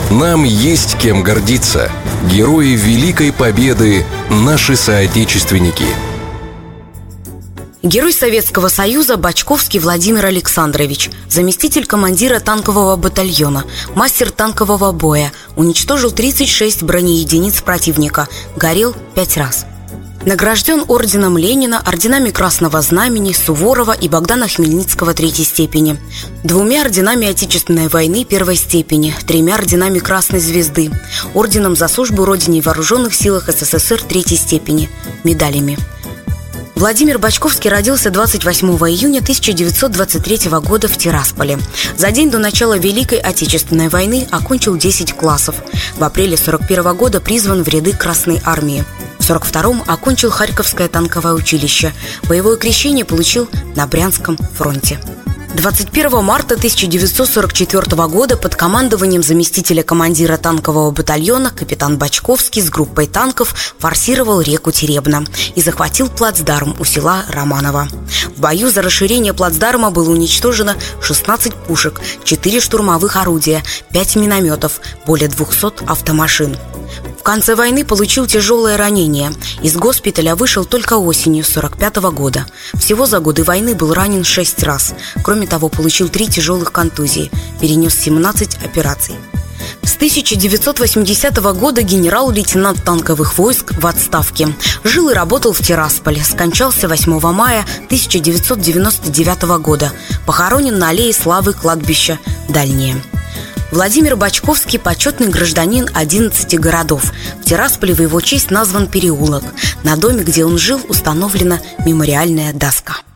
Нам есть кем гордиться. Герои Великой Победы – наши соотечественники. Герой Советского Союза Бочковский Владимир Александрович, заместитель командира танкового батальона, мастер танкового боя, уничтожил 36 бронеединиц противника, горел 5 раз. Награжден орденом Ленина, орденами Красного Знамени, Суворова и Богдана Хмельницкого 3-й степени, 2 орденами Отечественной войны 1-й степени, 3 орденами Красной Звезды, орденом за службу Родине и Вооруженных силах СССР 3-й степени, медалями. Владимир Бочковский родился 28 июня 1923 года в Тирасполе. За день до начала Великой Отечественной войны окончил 10 классов. В апреле 1941 года призван в ряды Красной армии. В 1942-м окончил Харьковское танковое училище. Боевое крещение получил на Брянском фронте. 21 марта 1944 года под командованием заместителя командира танкового батальона капитан Бочковский с группой танков форсировал реку Теребно и захватил плацдарм у села Романово. В бою за расширение плацдарма было уничтожено 16 пушек, 4 штурмовых орудия, 5 минометов, более 200 автомашин. В конце войны получил тяжелое ранение. Из госпиталя вышел только осенью 1945 года. Всего за годы войны был ранен 6 раз. Кроме того, получил 3 тяжелых контузии. Перенес 17 операций. С 1980 года генерал-лейтенант танковых войск в отставке. Жил и работал в Тирасполе. Скончался 8 мая 1999 года. Похоронен на аллее славы кладбища Дальнее. Владимир Бочковский – почетный гражданин 11 городов. В Тирасполе в его честь назван переулок. На доме, где он жил, установлена мемориальная доска.